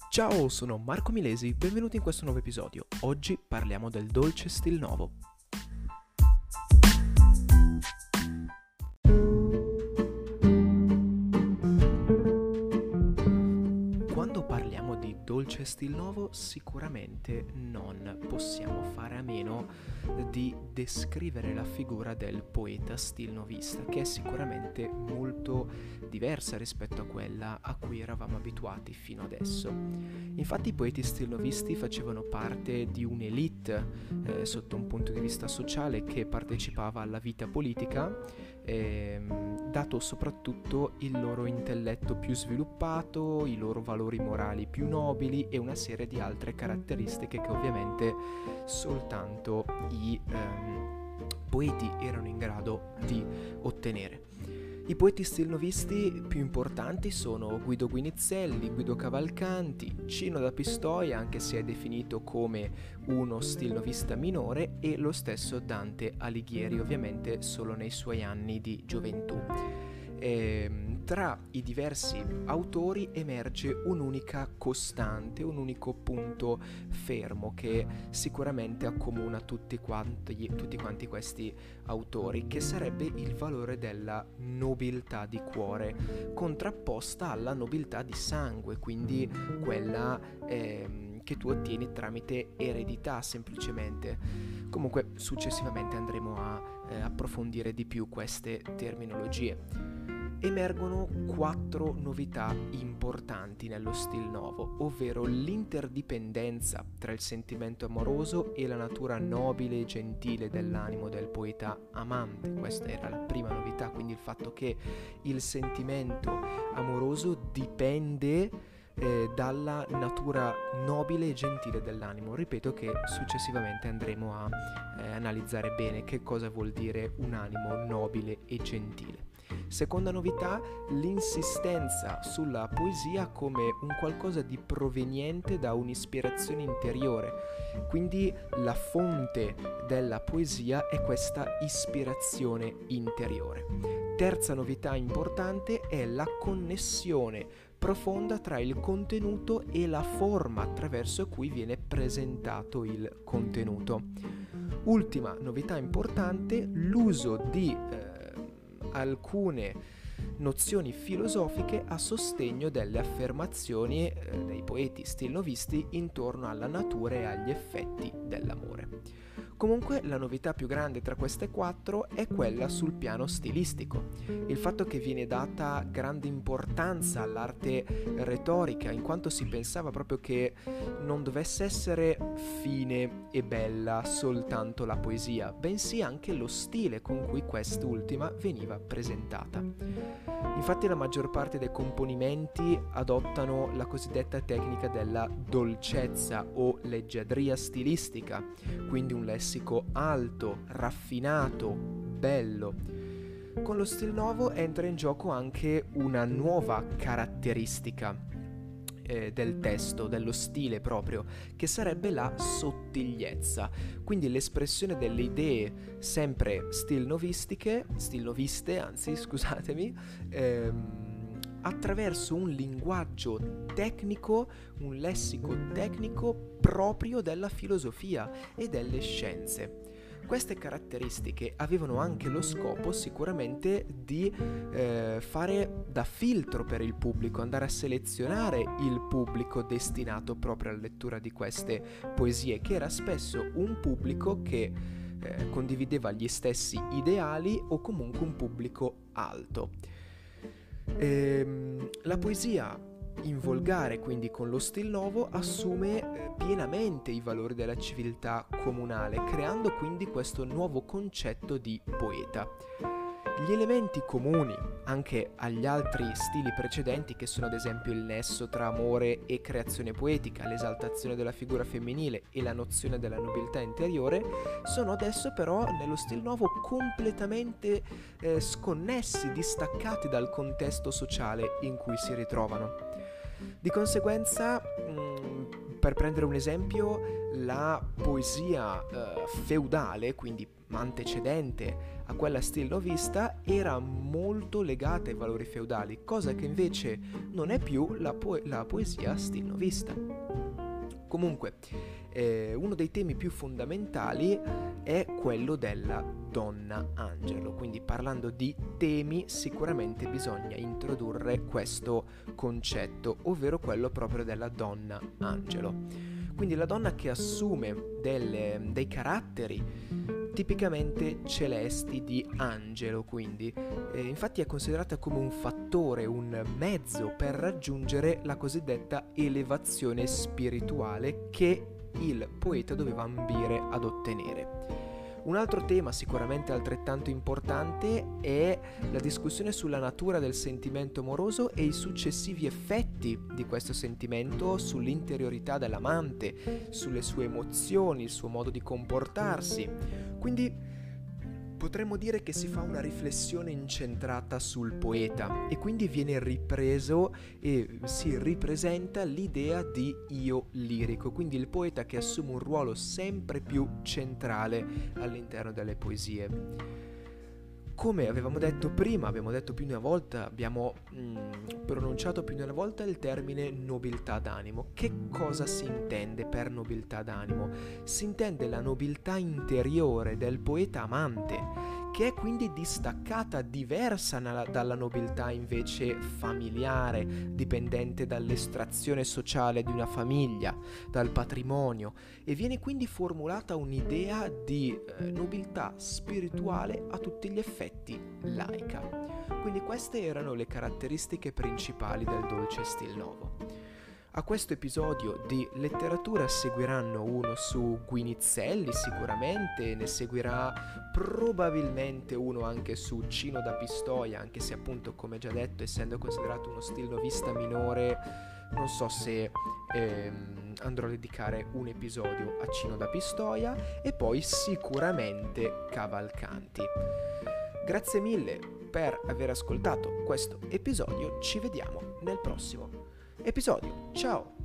Ciao, sono Marco Milesi, benvenuti in questo nuovo episodio. Oggi parliamo del dolce Stil Novo. Quando parliamo di dolce Stil Novo, sicuramente non possiamo fare a meno di descrivere la figura del poeta stilnovista, che è sicuramente molto diversa rispetto a quella a cui eravamo abituati fino adesso. Infatti i poeti stilnovisti facevano parte di un'elite sotto un punto di vista sociale che partecipava alla vita politica, dato soprattutto il loro intelletto più sviluppato, i loro valori morali più nobili e una serie di altre caratteristiche che ovviamente soltanto i poeti erano in grado di ottenere. I poeti stilnovisti più importanti sono Guido Guinizelli, Guido Cavalcanti, Cino da Pistoia, anche se è definito come uno stilnovista minore, e lo stesso Dante Alighieri, ovviamente solo nei suoi anni di gioventù. Tra i diversi autori emerge un'unica costante, un unico punto fermo che sicuramente accomuna tutti quanti questi autori, che sarebbe il valore della nobiltà di cuore, contrapposta alla nobiltà di sangue, quindi quella che tu ottieni tramite eredità semplicemente. Comunque successivamente andremo a approfondire di più queste terminologie. Emergono 4 novità importanti nello Stil Novo, ovvero l'interdipendenza tra il sentimento amoroso e la natura nobile e gentile dell'animo del poeta amante. Questa era la prima novità, quindi il fatto che il sentimento amoroso dipende dalla natura nobile e gentile dell'animo. Ripeto che successivamente andremo a analizzare bene che cosa vuol dire un animo nobile e gentile. Seconda novità, l'insistenza sulla poesia come un qualcosa di proveniente da un'ispirazione interiore. Quindi la fonte della poesia è questa ispirazione interiore. Terza novità importante è la connessione profonda tra il contenuto e la forma attraverso cui viene presentato il contenuto. Ultima novità importante, l'uso di alcune nozioni filosofiche a sostegno delle affermazioni dei poeti stilnovisti intorno alla natura e agli effetti dell'amore. Comunque la novità più grande tra queste 4 è quella sul piano stilistico, il fatto che viene data grande importanza all'arte retorica, in quanto si pensava proprio che non dovesse essere fine e bella soltanto la poesia, bensì anche lo stile con cui quest'ultima veniva presentata. Infatti la maggior parte dei componimenti adottano la cosiddetta tecnica della dolcezza o leggiadria stilistica, quindi un lessico alto, raffinato, bello. Con lo Stil Novo entra in gioco anche una nuova caratteristica del testo, dello stile proprio, che sarebbe la sottigliezza, quindi l'espressione delle idee sempre stilnoviste, attraverso un linguaggio tecnico, un lessico tecnico proprio della filosofia e delle scienze. Queste caratteristiche avevano anche lo scopo sicuramente di fare da filtro per il pubblico, andare a selezionare il pubblico destinato proprio alla lettura di queste poesie, che era spesso un pubblico che condivideva gli stessi ideali o comunque un pubblico alto. La poesia in volgare, quindi con lo Stil Novo, assume pienamente i valori della civiltà comunale, creando quindi questo nuovo concetto di poeta. Gli elementi comuni anche agli altri stili precedenti, che sono ad esempio il nesso tra amore e creazione poetica, l'esaltazione della figura femminile e la nozione della nobiltà interiore, sono adesso però nello Stil Novo completamente sconnessi, distaccati dal contesto sociale in cui si ritrovano. Di conseguenza Per prendere un esempio, la poesia feudale, quindi antecedente a quella stilnovista, era molto legata ai valori feudali, cosa che invece non è più la poesia stilnovista. Comunque, uno dei temi più fondamentali è quello della donna angelo, quindi parlando di temi sicuramente bisogna introdurre questo concetto, ovvero quello proprio della donna angelo. Quindi la donna che assume dei caratteri tipicamente celesti di angelo, quindi infatti è considerata come un fattore, un mezzo per raggiungere la cosiddetta elevazione spirituale che il poeta doveva ambire ad ottenere. Un altro tema sicuramente altrettanto importante è la discussione sulla natura del sentimento amoroso e i successivi effetti di questo sentimento sull'interiorità dell'amante, sulle sue emozioni, il suo modo di comportarsi. Quindi potremmo dire che si fa una riflessione incentrata sul poeta e quindi viene ripreso e si ripresenta l'idea di io lirico, quindi il poeta che assume un ruolo sempre più centrale all'interno delle poesie. Come avevamo detto prima, abbiamo detto più di una volta, abbiamo pronunciato più di una volta il termine nobiltà d'animo. Che cosa si intende per nobiltà d'animo? Si intende la nobiltà interiore del poeta amante, che è quindi distaccata, diversa dalla nobiltà invece familiare, dipendente dall'estrazione sociale di una famiglia, dal patrimonio, e viene quindi formulata un'idea di nobiltà spirituale a tutti gli effetti laica. Quindi queste erano le caratteristiche principali del dolce stil novo. A questo episodio di letteratura seguiranno uno su Guinizelli sicuramente, ne seguirà probabilmente uno anche su Cino da Pistoia, anche se appunto come già detto essendo considerato uno stilnovista minore non so se andrò a dedicare un episodio a Cino da Pistoia e poi sicuramente Cavalcanti. Grazie mille per aver ascoltato questo episodio, ci vediamo nel prossimo episodio. Ciao!